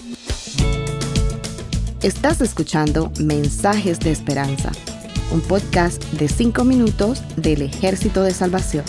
Estás escuchando Mensajes de Esperanza, un podcast de 5 minutos del Ejército de Salvación.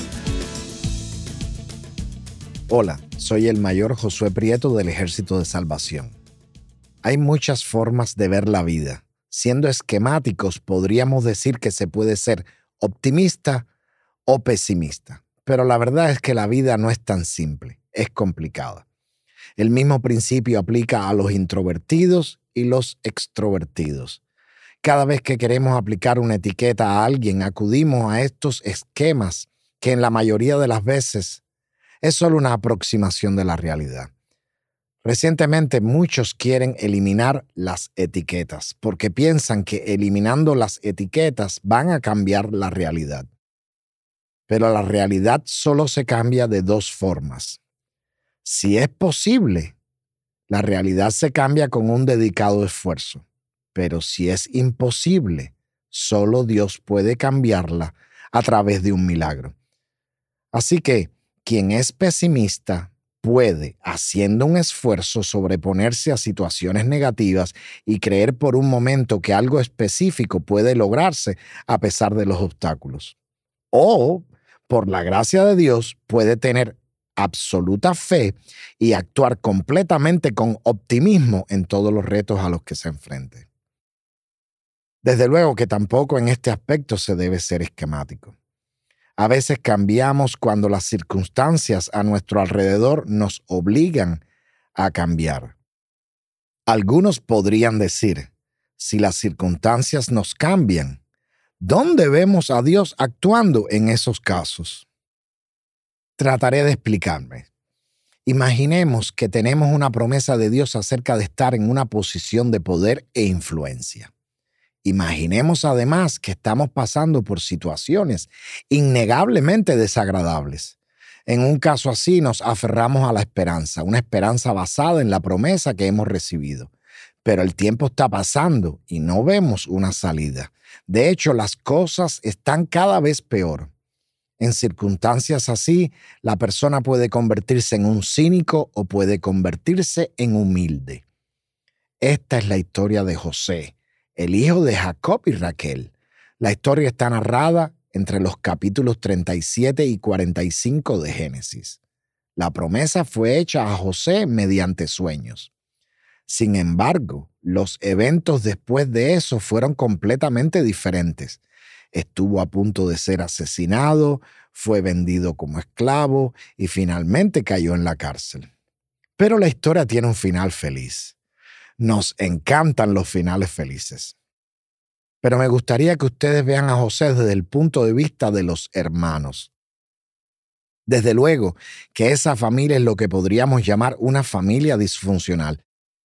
Hola, soy el mayor Josué Prieto del Ejército de Salvación. Hay muchas formas de ver la vida. Siendo esquemáticos, podríamos decir que se puede ser optimista o pesimista. Pero la verdad es que la vida no es tan simple, es complicada. El mismo principio aplica a los introvertidos y los extrovertidos. Cada vez que queremos aplicar una etiqueta a alguien, acudimos a estos esquemas que en la mayoría de las veces es solo una aproximación de la realidad. Recientemente muchos quieren eliminar las etiquetas porque piensan que eliminando las etiquetas van a cambiar la realidad. Pero la realidad solo se cambia de dos formas. Si es posible, la realidad se cambia con un dedicado esfuerzo. Pero si es imposible, solo Dios puede cambiarla a través de un milagro. Así que quien es pesimista puede, haciendo un esfuerzo, sobreponerse a situaciones negativas y creer por un momento que algo específico puede lograrse a pesar de los obstáculos. O, por la gracia de Dios, puede tener absoluta fe y actuar completamente con optimismo en todos los retos a los que se enfrente. Desde luego que tampoco en este aspecto se debe ser esquemático. A veces cambiamos cuando las circunstancias a nuestro alrededor nos obligan a cambiar. Algunos podrían decir, si las circunstancias nos cambian, ¿dónde vemos a Dios actuando en esos casos? Trataré de explicarme. Imaginemos que tenemos una promesa de Dios acerca de estar en una posición de poder e influencia. Imaginemos además que estamos pasando por situaciones innegablemente desagradables. En un caso así nos aferramos a la esperanza, una esperanza basada en la promesa que hemos recibido. Pero el tiempo está pasando y no vemos una salida. De hecho, las cosas están cada vez peor. En circunstancias así, la persona puede convertirse en un cínico o puede convertirse en humilde. Esta es la historia de José, el hijo de Jacob y Raquel. La historia está narrada entre los capítulos 37 y 45 de Génesis. La promesa fue hecha a José mediante sueños. Sin embargo, los eventos después de eso fueron completamente diferentes. Estuvo a punto de ser asesinado, fue vendido como esclavo y finalmente cayó en la cárcel. Pero la historia tiene un final feliz. Nos encantan los finales felices. Pero me gustaría que ustedes vean a José desde el punto de vista de los hermanos. Desde luego que esa familia es lo que podríamos llamar una familia disfuncional.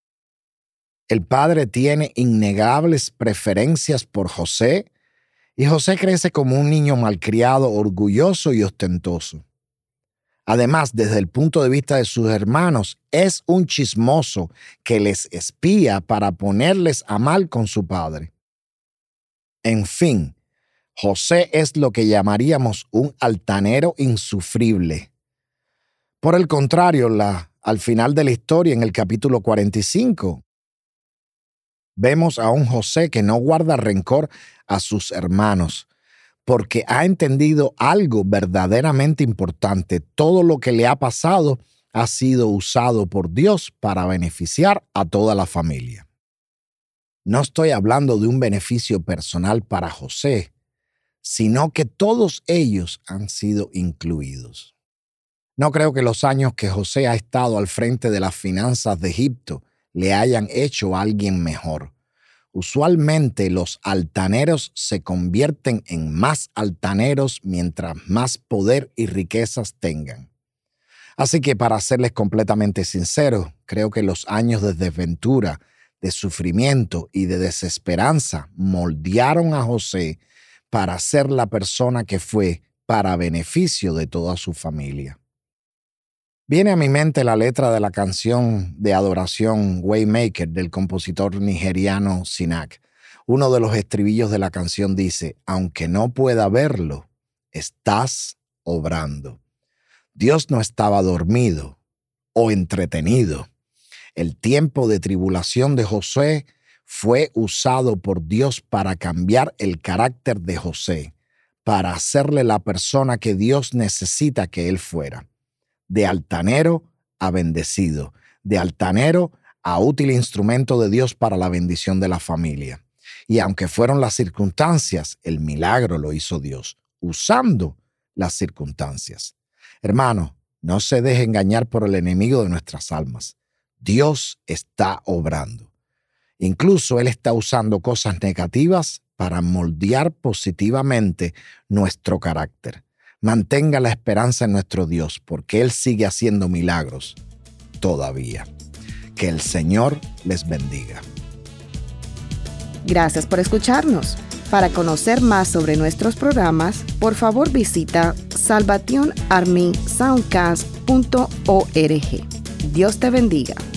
El padre tiene innegables preferencias por José y José crece como un niño malcriado, orgulloso y ostentoso. Además, desde el punto de vista de sus hermanos, es un chismoso que les espía para ponerles a mal con su padre. En fin, José es lo que llamaríamos un altanero insufrible. Por el contrario, al final de la historia, en el capítulo 45, vemos a un José que no guarda rencor a sus hermanos, porque ha entendido algo verdaderamente importante. Todo lo que le ha pasado ha sido usado por Dios para beneficiar a toda la familia. No estoy hablando de un beneficio personal para José, sino que todos ellos han sido incluidos. No creo que los años que José ha estado al frente de las finanzas de Egipto le hayan hecho a alguien mejor. Usualmente los altaneros se convierten en más altaneros mientras más poder y riquezas tengan. Así que para serles completamente sincero, creo que los años de desventura, de sufrimiento y de desesperanza moldearon a José para ser la persona que fue para beneficio de toda su familia. Viene a mi mente la letra de la canción de adoración Waymaker del compositor nigeriano Sinach. Uno de los estribillos de la canción dice, aunque no pueda verlo, estás obrando. Dios no estaba dormido o entretenido. El tiempo de tribulación de Josué fue usado por Dios para cambiar el carácter de José, para hacerle la persona que Dios necesita que él fuera. De altanero a bendecido, de altanero a útil instrumento de Dios para la bendición de la familia. Y aunque fueron las circunstancias, el milagro lo hizo Dios, usando las circunstancias. Hermano, no se deje engañar por el enemigo de nuestras almas. Dios está obrando. Incluso Él está usando cosas negativas para moldear positivamente nuestro carácter. Mantenga la esperanza en nuestro Dios, porque Él sigue haciendo milagros todavía. Que el Señor les bendiga. Gracias por escucharnos. Para conocer más sobre nuestros programas, por favor visita salvationarmysoundcast.org. Dios te bendiga.